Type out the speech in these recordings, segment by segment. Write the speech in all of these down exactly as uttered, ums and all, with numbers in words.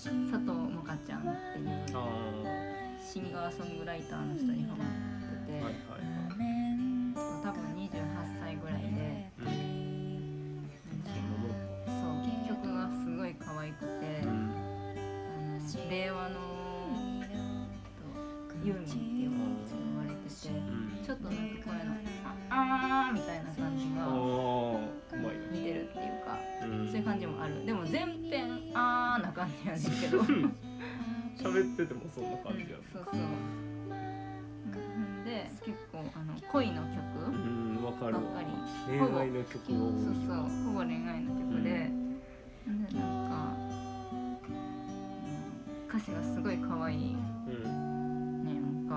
佐藤萌歌ちゃんっていうシンガーソングライターの人にハマってて、はいはいはい、多分にじゅうはっさいぐらいで、うん、そう曲がすごい可愛くて、うん、あの令和のユーミンっていうのを言われてて、うん、ちょっとなんか声のあーみたいな感じが似てるっていうか、うん、そういう感じもある。でも全編あーな感じやねんけど喋っててもそんな感じやね、 うん、そうそう、うん、で結構あの恋の曲、うん、わかるわ、ばっかり、 恋愛の曲が多い、そうそうほぼ恋愛の曲で、うん、でなんか、うん、歌詞がすごい可愛い、うんうん、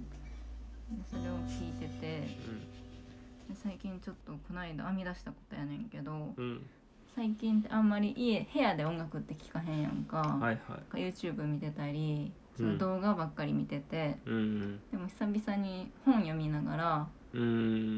それを聞いてて、うん、最近ちょっとこの間編み出したことやねんけど、うん、最近ってあんまり家部屋で音楽って聞かへんやんか、はいはい、YouTube 見てたりその動画ばっかり見てて、うん、でも久々に本読みながら、うん、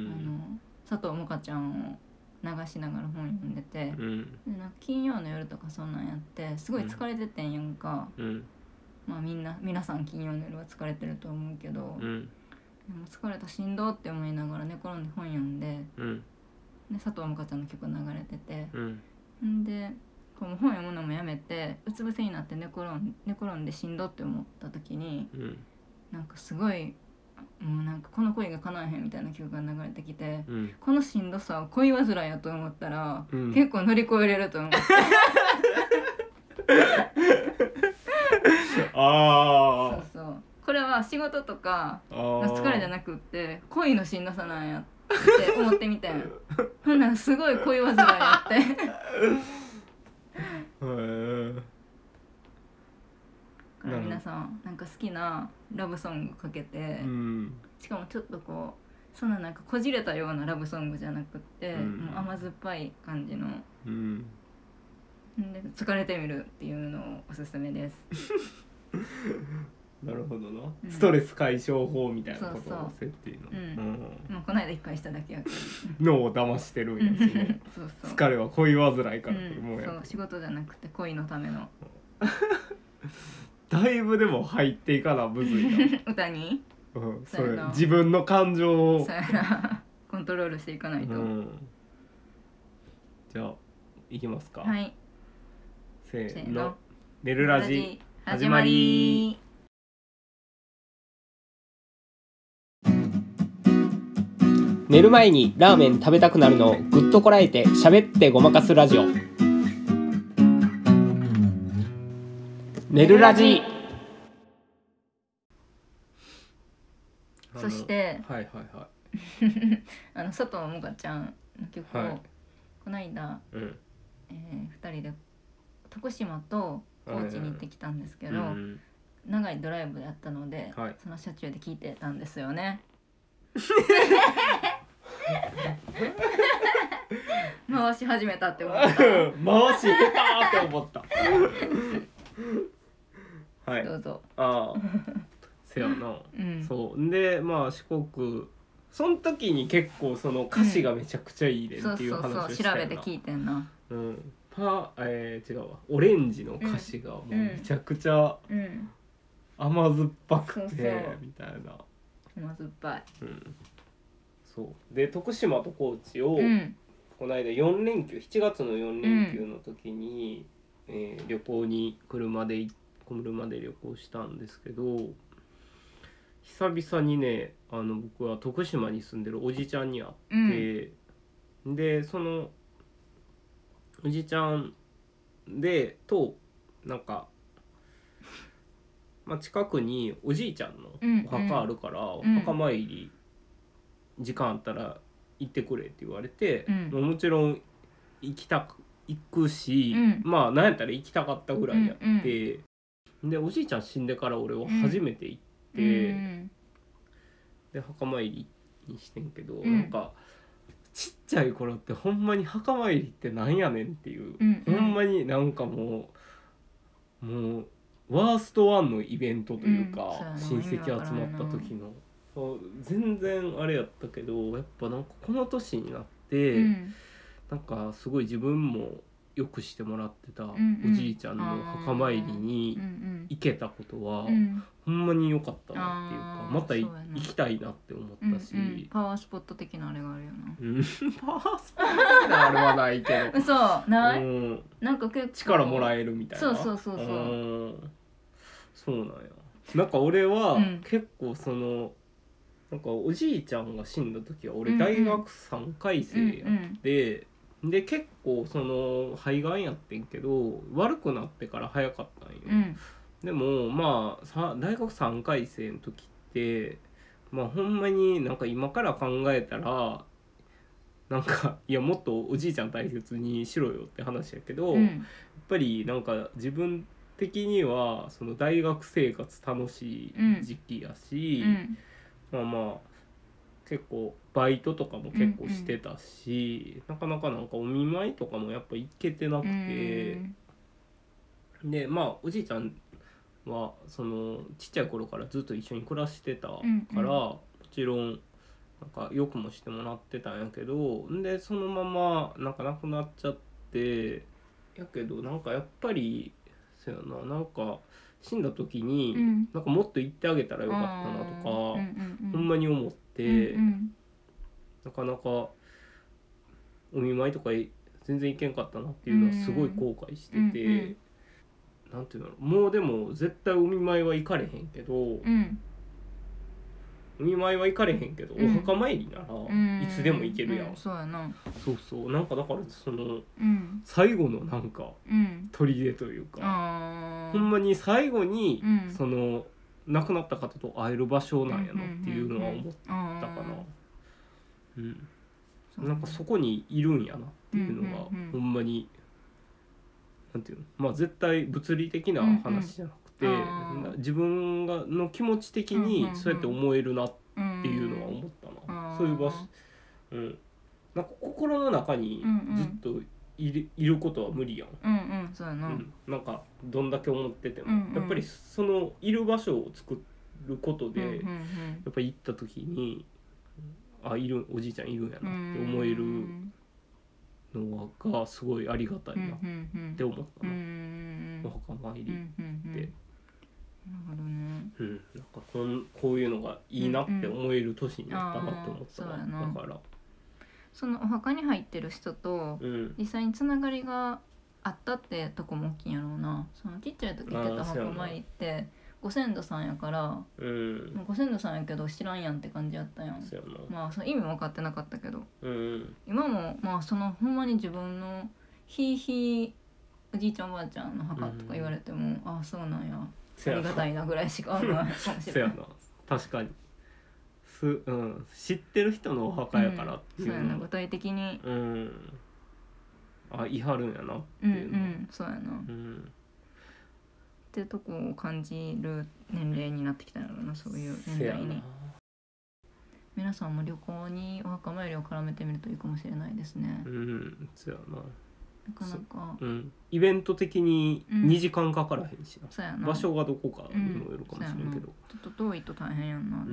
あの佐藤萌歌ちゃんを流しながら本読んでて、うん、でなんか金曜の夜とかそんなんやってすごい疲れててんやんか、うん、まあみんな皆さん金曜の夜は疲れてると思うけど、うん、でも疲れたしんどって思いながら寝転んで本読んで、うん、で佐藤萌歌ちゃんの曲流れてて、うん、でこう本読むのもやめてうつ伏せになって寝転ん、寝転んでしんどって思った時に、うん、なんかすごいもうなんかこの恋が叶えへんみたいな曲が流れてきて、うん、このしんどさは恋煩いやと思ったら、うん、結構乗り越えれると思ってあそうそうこれは仕事とかの疲れじゃなくって恋のしんどさなんやって思ってみてほんならすごい恋煩いやってへーから皆さんなんか好きなラブソングかけて、うん、しかもちょっとこうそんななんかこじれたようなラブソングじゃなくって、うん、もう甘酸っぱい感じの、うん、で疲れてみるっていうのをおすすめですなるほどな、うん、ストレス解消法みたいなことを設定の、 うんうんうん、もうこの間一回しただけやけど脳を騙してるんやそのそうそう疲れは恋煩いからってもうや、 うん、そう仕事じゃなくて恋のためのだいぶでも入っていかなむずいな歌に、 うん、それ自分の感情をそうやなコントロールしていかないと、うん、 じゃあいきますか。 はい、 せーの、寝るラジ始まり。寝る前にラーメン食べたくなるのをぐっとこらえて喋ってごまかすラジオ、寝るラジ。 そして、 はいはいはい、 あの佐藤萌歌ちゃんの曲を、はい、この間、うんえー、ふたりで徳島と高知に行ってきたんですけど、はいはいはい、長いドライブだったので、はい、その車中で聴いてたんですよね回し始めたって思った回し下手って思ったはいどうぞ。 ああせやな、うん、そうでまあ四国その時に結構その歌詞がめちゃくちゃいいねっていう話をしたよな、うん、そうそうそう調べて聞いてんな、 うんパえー、違うわオレンジの歌詞がもうめちゃくちゃ甘酸っぱくて、うん、みたいな甘酸っぱい、 うん、そうで徳島と高知を、うん、この間よん連休しちがつのよん連休の時に、うんえー、旅行に車で車で旅行したんですけど久々にねあの僕は徳島に住んでるおじちゃんに会って、うん、でそのおじちゃんでとなんか、まあ、近くにおじいちゃんのお墓あるから、うんうん、お墓参り時間あったら行ってくれって言われて、うん、も, もちろん行きたく行くし、うん、まあなんやったら行きたかったぐらいやって、うんうん、でおじいちゃん死んでから俺は初めて行って、うん、で墓参りにしてんけど、うん、なんかちっちゃい頃ってほんまに墓参りってなんやねんっていう、うんうん、ほんまになんかもうもうワーストワンのイベントというか、うん、親戚集まった時の全然あれやったけどやっぱなんかこの年になって、うん、なんかすごい自分もよくしてもらってたおじいちゃんの墓参りに行けたことは、うんうん、ほんまに良かったなっていうか、また行きたいなって思ったし、うんうん、 パワースポット的なあれがあるよな、 うん、パワースポット的なあれはないけどそうない、うん、なんか結構力もらえるみたいな、 そうそうそうそう、うん、 そうなんや。なんか俺は結構その、なんかおじいちゃんが死んだ時は俺大学さんかいせいやって、うんうん、で結構その肺がんやってんけど悪くなってから早かったんよ、うん、でもまあさ大学さんかいせいの時ってまあほんまになんか今から考えたらなんかいやもっとおじいちゃん大切にしろよって話やけど、うん、やっぱりなんか自分的にはその大学生活楽しい時期やし、うん、まあまあ結構バイトとかも結構してたし、うんうん、なかなかなんかお見舞いとかもやっぱ行けてなくて、うん、でまあおじいちゃんはそのちっちゃい頃からずっと一緒に暮らしてたから、うんうん、もちろんなんかよくもしてもらってたんやけど、でそのままなんか亡くなっちゃってやけどなんかやっぱりそうやな、なんか死んだ時に、うん、なんかもっと言ってあげたらよかったなとか、うんうんうん、ほんまに思って、うんうん、なかなかお見舞いとか全然行けんかったなっていうのはすごい後悔してて、うんうん、なんていうんだろう、もうでも絶対お見舞いは行かれへんけど、うん、お見舞いは行かれへんけど、うん、お墓参りならいつでも行けるやん、うんうん、 そうやな、 そうそう、なんかだからその、うん、最後のなんか、うん、砦というか、ほんまに最後に、うん、その亡くなった方と会える場所なんやなっていうのは思ったかな、うん、うん、なんかそこにいるんやなっていうのが、うんうんうん、ほんまになんていうの、まあ絶対物理的な話じゃなくて、うんうん、自分がの気持ち的にそうやって思えるなっていうのは思ったな、うんうん、そういう場所、うん、なんか心の中にずっといる、いることは無理やん、 うんうん、そうやな、 うん、なんかどんだけ思ってても、うんうん、やっぱりそのいる場所を作ることで、うんうんうん、やっぱり行った時にあいるおじいちゃんいるんやなって思えるのがすごいありがたいなって思ったな、うんうんうん、お墓参りって、うんうんうん、なるほどね、うん、なんかこんこういうのがいいなって思える年になったなって思ったな、うんうん、だからそのお墓に入ってる人と実際につながりがあったってとこも大きいんやろうな。そのちっちゃい時行ってた墓参りってご先祖さんやから、うん、ご先祖さんやけど知らんやんって感じやったやん。 そうやな、 まあその意味も分かってなかったけど、 うん、 今もまあそのほんまに自分のひいひいおじいちゃんおばあちゃんの墓とか言われても、うん、ああそうなんや、ありがたいなぐらいしか思わないかもしれない。 そうやな、確かにす、うん、知ってる人のお墓やからっていうの、うん、そうやな、 具体的に、 うん、あいはるんやなっていうの、 うんうん、そうやな、うん、ってとこを感じる年齢になってきたんやろな、そういう年代に。皆さんも旅行にお墓参りを絡めてみるといいかもしれないですね。 うん、そうやな。 なかなか、 うん、イベント的ににじかんかからへんしな、 うん、そうやな、 場所がどこかにもよるかもしれんけど、うん、 ちょっと遠いと大変やんな、うん、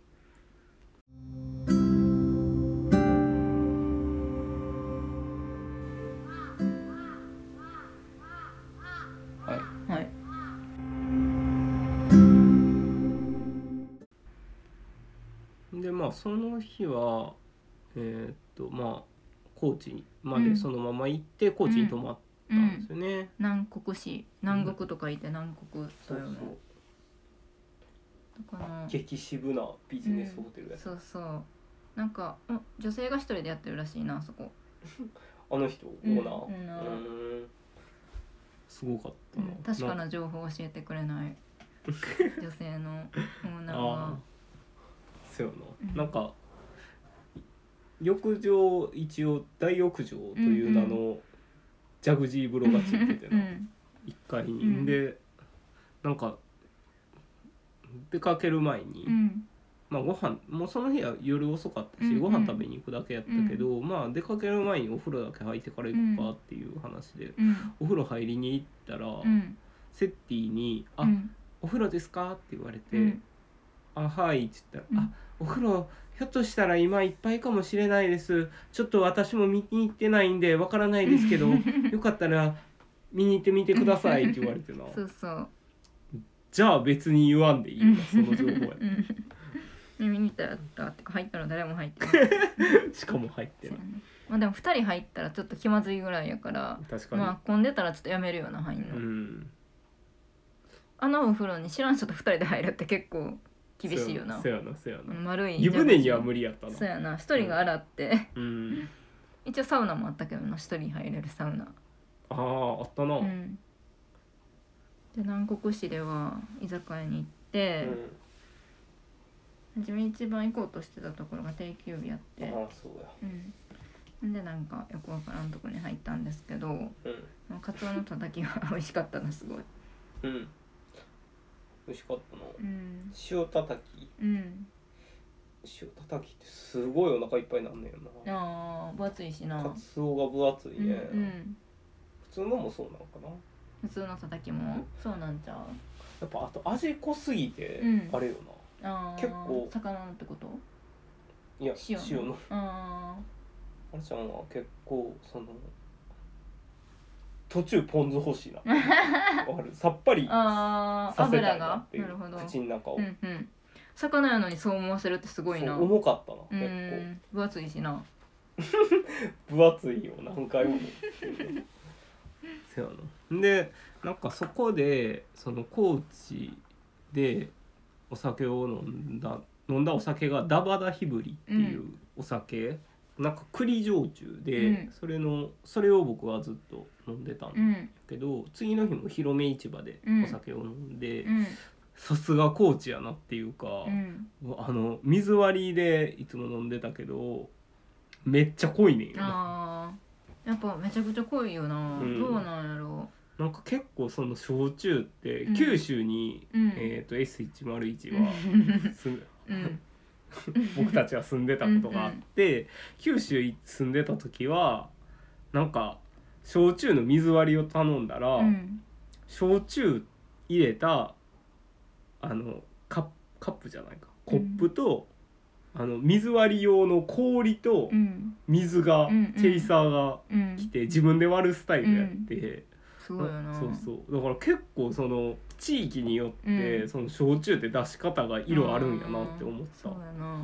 はいはい。 でまあその日はえー、っとまあ高知までそのまま行って高知に泊まったんですよね、うんうん、 南国市、南国とか言って南国というの、うん、そうそう、だから激渋なビジネスホテルや、うん、 そうそう、なんか女性が一人でやってるらしいな、あそこあの人オーナー、うんうん、すごかったな、うん、 確かな情報を教えてくれない女性のオーナーはそうやな、うん、なんか浴場一応大浴場という名のジャグジー風呂がついててな、うん、いっかいに、うん、でなんか出かける前に、うん、まあご飯もうその日は夜遅かったし、うん、ご飯食べに行くだけやったけど、うん、まあ出かける前にお風呂だけ入ってから行こうかっていう話で、うん、お風呂入りに行ったら、うん、セッティに「あ、うん、お風呂ですか?」って言われて、うん、ああはい」って言ったら「うん、あお風呂ひょっとしたら今いっぱいかもしれないです。ちょっと私も見に行ってないんでわからないですけどよかったら見に行ってみてください」って言われてなそうそうじゃあ別に言わんでいいよその情報や見に行ったらったってか入ったら誰も入ってないしかも入ってない、 まあでもふたり入ったらちょっと気まずいぐらいやから確かにまあ混んでたらちょっとやめるような入んの、うん、あのお風呂に知らん人とふたりで入るって結構厳しいよな。 そうやなそうやな丸い湯船には無理やったな。 そうやな一人が洗って、 うん、 一応サウナもあったけどな一人入れるサウナあああったな、うん、 で南国市では居酒屋に行って、うん、初め一番行こうとしてたところが定休日やってああそうや、 うん、でなんかよくわからんとこに入ったんですけど、うん、カツオのたたきが美味しかったなすごい、 うん、美味しかったな、うん、塩たたき、うん、塩たたきってすごいお腹いっぱいなんねんな。 あー分厚いしな。 カツオが分厚いね、 うんうん、 普通のもそうなのかな。 普通のたたきも、うん、そうなんちゃう。 やっぱあと味濃すぎて、うん、あれよな。あ結構魚のってこと？ いや塩 の, 塩のああれちゃんは結構その途中ポン酢欲しいなさっぱりさせたいなっていう口の中を、うんうん、 魚やのにそう思わせるってすごいな。 重かったな結構分厚いしな分厚いよ何回もそうやな。でなんかそこでその高知でお酒を飲んだ飲んだお酒がダバダヒブリっていうお酒、うん、なんか栗焼酎で、うん、それのそれを僕はずっと飲んでたんだけど、うん、次の日も広め市場でお酒を飲んで、さすが高知やなっていうか、うん、あの水割りでいつも飲んでたけどめっちゃ濃いねんよ。 あやっぱめちゃくちゃ濃いよな、うん、どうなんやろう。なんか結構その焼酎って九州に、うん、えー、と エスひゃくいちは住ん、うん、僕たちは住んでたことがあって、うんうん、九州住んでた時はなんか焼酎の水割りを頼んだら、うん、焼酎入れたあのカップ、カップじゃないかコップと、うん、あの水割り用の氷と水が、うん、チェイサーが来て、うん、自分で割るスタイルやって、うん、 すごいよな。 そうそうだから結構その地域によって、うん、その焼酎って出し方が色あるんやなって思った。 そうやな。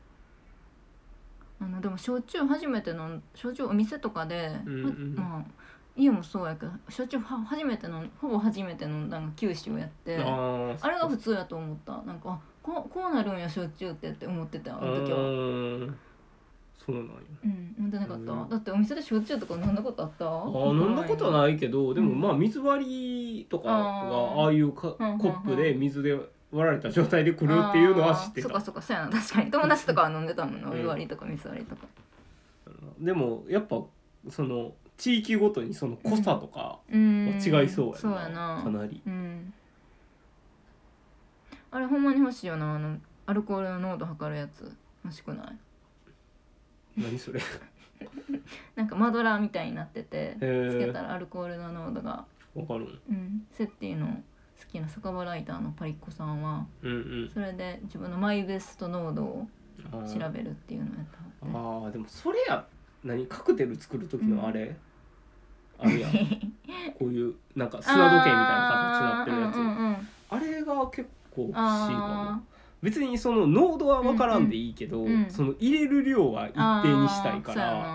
あのでも焼酎初めての焼酎お店とかで、うんうん、まあ家もそうやけど焼酎は初めてのほぼ初めてのなんか九州やって、あ, あれが普通やと思った。なんかこうこうなるんや焼酎ってって思ってたあの時は。 そうなんや。 うん飲んでなかった、うん、だってお店で焼酎とか飲んだことあった？あ飲んだことはないけどでもまあ水割りとかがああいうか、うん、コップで水で割られた状態で来るっていうのは知ってた。 そっかそっかそうやな確かに友達とかは飲んでたもんなお湯割りとか水割りとか、 うん、でもやっぱその地域ごとにその濃さとかは違いそうやな、うん、そうやなかなり、うん、 あれほんまに欲しいよなあのアルコールの濃度測るやつ欲しくない？ 何それなんかマドラーみたいになっててつけたらアルコールの濃度がわかる、 うん、セッティの好きな酒場ライターのパリッコさんは、うんうん、それで自分のマイベスト濃度を調べるっていうのをやったはって。ああでもそれや何カクテル作る時のあれ、うん、あるやんこういうなんか砂時計みたいな形になってるやつ あ,、うんうんうん、あれが結構欲しいかも。別にその濃度は分からんでいいけど、うんうん、その入れる量は一定にしたいから。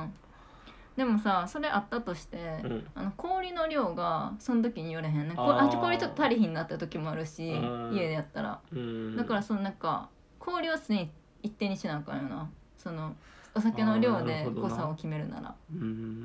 でもさそれあったとして、うん、あの氷の量がその時によれへんね。ああ氷ちょっと足りひんなった時もあるし家でやったら、うん、だからそのなんか氷を常に一定にしなあかんよな。そのお酒の量で濃さを決めるなら。うん、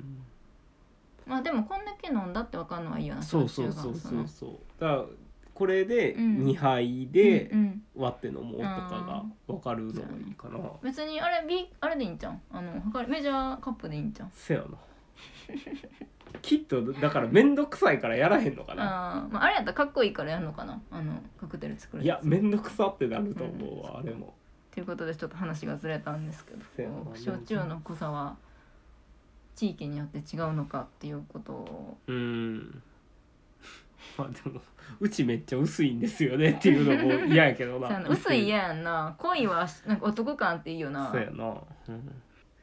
まあでもこんだけ飲んだって分かんのはいいよな。 そうそうそうそうそうだからこれでにはいで割って飲もうとかが分かるのがいいかな、うんうん、 別にあれ、B、あれでいいんちゃんあのメジャーカップでいいんちゃん。 せやなきっとだからめんどくさいからやらへんのかな。あ、まあ、あれやったらかっこいいからやるのかなあのカクテル作る。 いやめんどくさってなると思うわ、うん、あれも。 ということでちょっと話がずれたんですけど焼酎の濃さは地域によって違うのかっていうことをうんまあでもうちめっちゃ薄いんですよねっていうのも嫌やけどな薄い嫌やんな。恋はなんか男感っていいよな。 そうやな、うん、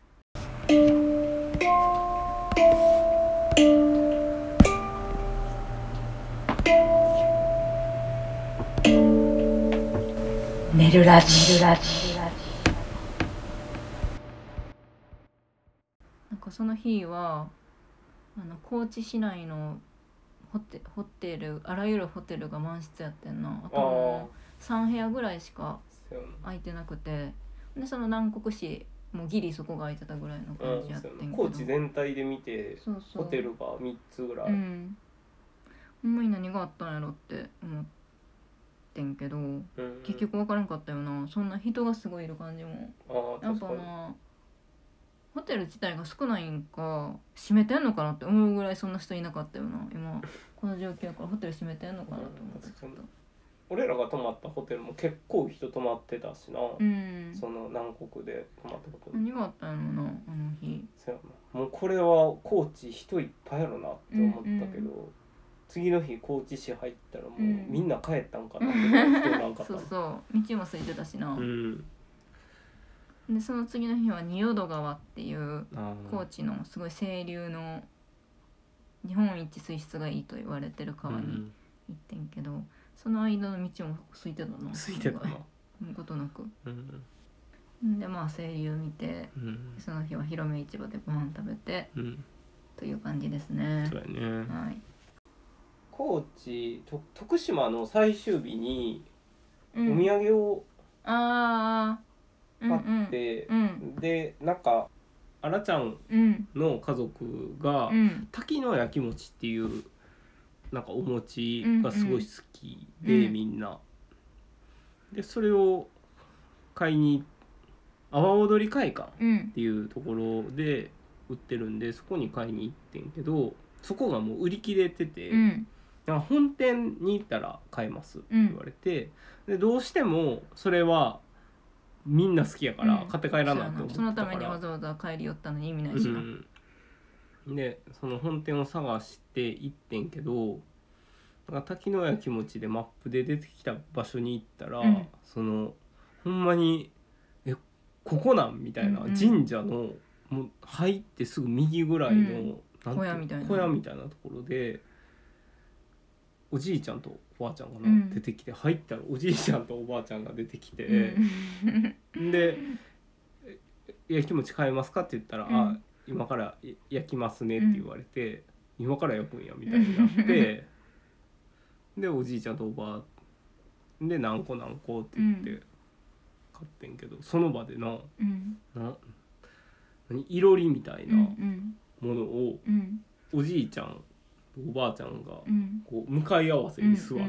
寝るラジ寝るラジ。なんかその日はあの高知市内のホテ、ホテルあらゆるホテルが満室やってんな。あともうさん部屋ぐらいしか空いてなくて、でその南国市もうギリそこが空いてたぐらいの感じやってんけど、 高知全体で見てそうそうホテルがみっつぐらい、 うん、ほんまに何があったんやろって思ってんけど、うん、結局分からんかったよな。そんな人がすごいいる感じも。あやっぱまあホテル自体が少ないんか閉めてんのかなって思うぐらいそんな人いなかったよな。今この状況やからホテル閉めてんのかなと思ってた、うん、 俺らが泊まったホテルも結構人泊まってたしな、うん、その南国で泊まったこと何があったんやろなあの日。 そうやな、もうこれは高知人いっぱいやろなって思ったけど、うんうん、次の日高知市入ったらもう、うん、みんな帰ったんかなって人なんかったそうそう道も空いてたしな、うん、でその次の日は仁淀川っていう高知のすごい清流の日本一水質がいいと言われてる川に行ってんけど、うん、その間の道も空いてたな。 空いてたなことなく、うん、でまあ清流見て、うん、その日は広め市場でご飯食べて、うん、という感じですね。 そうやね、 はい、 高知と徳島の最終日にお土産を買って、うんうん、でなんかあらちゃんの家族が、うん、滝の焼き餅っていうなんかお餅がすごい好きで、うん、みんなでそれを買いに阿波踊り会館っていうところで売ってるんで、そこに買いに行ってんけど、そこがもう売り切れてて、うん、本店に行ったら買えますって言われて、うん、でどうしてもそれはみんな好きやから買って帰らなって思ってたから、うん、そのためにわざわざ帰り寄ったのに意味ないしな、 うん、でその本店を探して行ってんけど、滝の焼き餅でマップで出てきた場所に行ったら、うん、そのほんまにえここなんみたいな、うんうん、神社のもう入ってすぐ右ぐらいの、うん、 小屋みたいな小屋みたいなところでおじいちゃんとおばあちゃんがな、うん、出てきて、入ったらおじいちゃんとおばあちゃんが出てきて、うん、で焼き餅買えますかって言ったら、うん、あ今から焼きますねって言われて、うん、今から焼くんやみたいになってでおじいちゃんとおばあで何個何個って言って買ってんけど、その場でな、うん、な何いろりみたいなものを、うん、おじいちゃんおばあちゃんがこう向かい合わせに座って、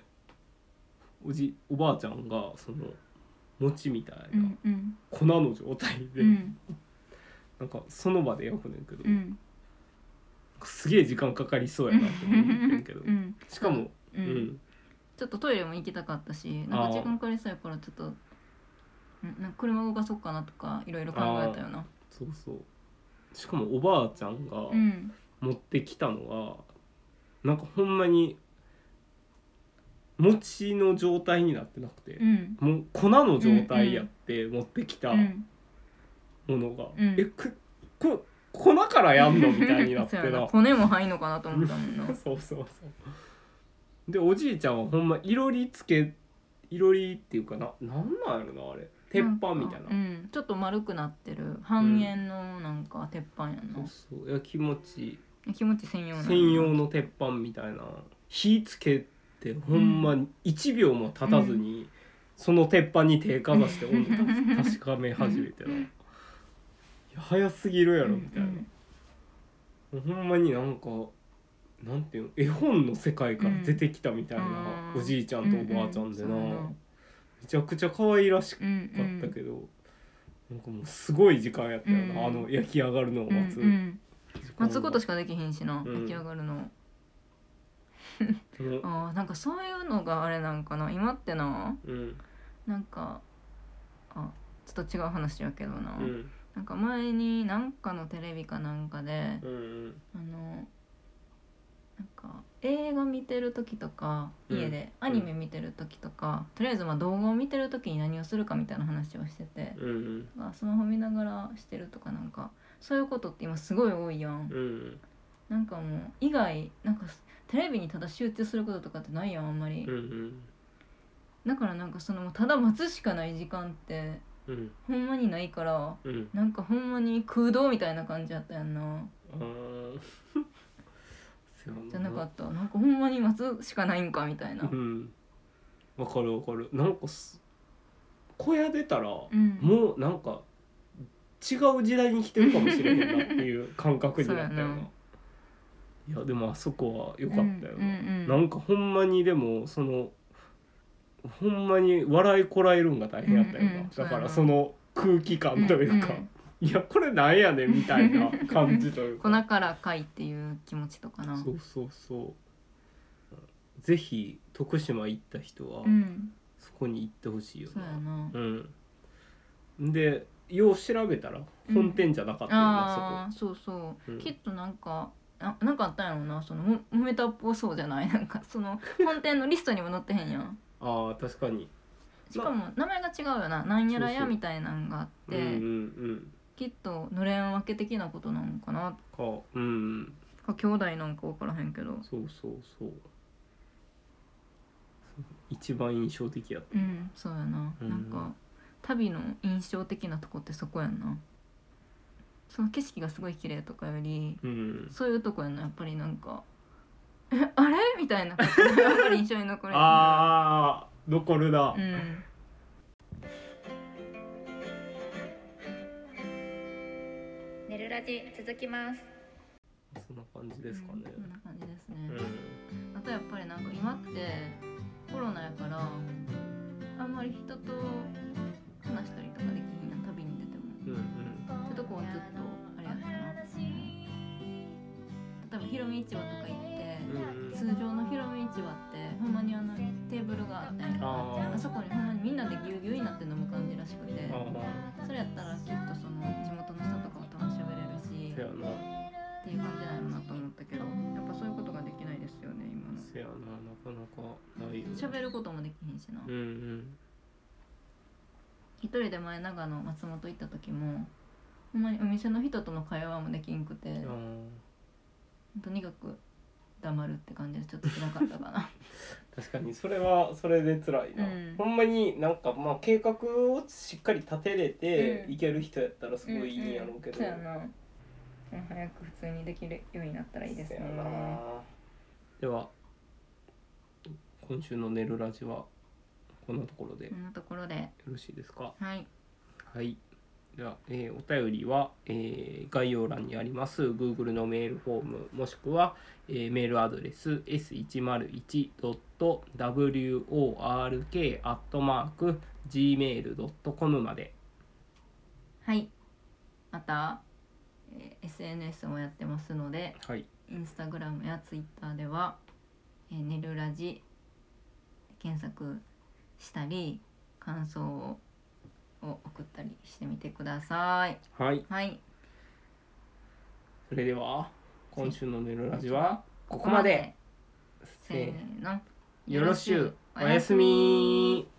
うんうん、おじおばあちゃんがその餅みたいな粉の状態で、うん、なんかその場で焼くねんけど、うん、すげえ時間かかりそうやなって思ってんけど、うん、しかも、うんうん、 ちょっとトイレも行きたかったし、なんか時間かかりそうやからちょっとなんか車動かそうかなとかいろいろ考えたよな。 そうそう。しかもおばあちゃんが持ってきたのが、うん、なんかほんまに餅の状態になってなくて、うん、もう粉の状態やって持ってきたものが、うんうん、えくこ粉からやんのみたいになってな骨も入んのかなと思ったもんなそうそうそう。でおじいちゃんはほんまいろりつけいろりっていうかな、なんなんやろなあれ、鉄板みたいな、 うん、ちょっと丸くなってる半円のなんか鉄板やな、 うん、そうそう焼き餅焼き餅専用の専用の鉄板みたいな、火つけてほんまいちびょうも経たずに、うん、その鉄板に手かざして温度確かめ始めてな、いや早すぎるやろみたいな、うんうん、ほんまになんかなんていうの絵本の世界から出てきたみたいな、うん、おじいちゃんとおばあちゃんでな、うんうん、めちゃくちゃ可愛らしかったけど、うんうん、なんかもうすごい時間やったよな、うんうん、あの焼き上がるのを待つ、うんうん、 待つことしかできへんしな、うん、焼き上がるのあなんかそういうのがあれなんかな今ってな、うん、なんかあちょっと違う話やけどな、うん、なんか前になんかのテレビかなんかで、うんうん、あのなんか映画見てる時とか家でアニメ見てる時とか、うん、とりあえずまあ動画を見てる時に何をするかみたいな話をしてて、うん、スマホ見ながらしてるとかなんかそういうことって今すごい多いやん、うん、なんかもう以外なんかテレビにただ集中することとかってないやんあんまり、うんうん、だからなんかそのただ待つしかない時間って、うん、ほんまにないから、うん、なんかほんまに空洞みたいな感じやったやんな。じゃなかった。なんかほんまに待つしかないんかみたいな。 うん。わかるわかる。なんか小屋出たら、うん、もうなんか違う時代に来てるかもしれへんなっていう感覚になったよな。いやでもあそこは良かったよな、うんうんうん。なんかほんまにでもそのほんまに笑いこらえるんが大変やったよな。うんうん、だからその空気感というか。うんうん、いやこれなんやねんみたいな感じというか粉からかいっていう気持ちとかな。 そうそうそう。ぜひ徳島行った人は、うん、そこに行ってほしいよな。そうやな、うん、でよう調べたら本店じゃなかったよな、 うん、そこ。そうそう、うん、きっとなんかあなんかあったんやろうな。そのもめたっぽそうじゃないなんかその本店のリストにも載ってへんやんあー確かに。 しかも名前が違うよな。なんやらやみたいなんがあって、そうそう、うんうんうん、きっとのれん分け的なことなのかなか、うん、か兄弟なんか分からへんけど。 そうそうそう。一番印象的やった。 うんそうやな、うん、なんか旅の印象的なとこってそこやんな。その景色がすごい綺麗とかより、うん、そういうとこやなやっぱりなんかえあれみたいなことがやっぱり印象に残るあー残るな、うん。 ネルラジ続きます。 そんな感じですかね、 うん、そんな感じですね、うん、あとやっぱりなんか今ってコロナやからあんまり人と話したりとかできひんやん旅に出ても、うんうん、そういうとこはずっとあれやったな、うん、例えばひろみ市場とか行って、うんうん、通常のひろみ市場ってほんまにあのテーブルがあって あ, あそこにほんまにみんなでぎゅうぎゅうになって飲む感じらしくて、それやったらきっとその地元の人とかとも喋れるしっていう感じなのなと思ったけど、やっぱそういうことができないですよね今の。 せやな、なかなかないよ。 喋ることもできひんしな。うんうん。一人で前長野松本行った時もほんまにお店の人との会話もできんくて、とにかく黙るって感じでちょっと辛かったかな確かにそれはそれで辛いな、うん、ほんまになんかまあ計画をしっかり立てれていける人やったらすごいいいんやろうけど、うんうんうん、そうやな。 早く普通にできるようになったらいいですね。 では今週のネルラジはこんなところでこんなところでよろしいですか。 はいはい。では、えー、お便りは、えー、概要欄にあります Google のメールフォームもしくは、えー、メールアドレス エスいちまるいちドットワーク アットマーク ジーメールドットコム まで。 はい。また、えー、エスエヌエス もやってますので、 はい、 インスタグラムやツイッターでは、えー、ネルラジ検索したり感想をを送ったりしてみてください。 はい。 はい。 それでは今週のネルラジはここまで。 せーの。 よろしゅう。おやすみ。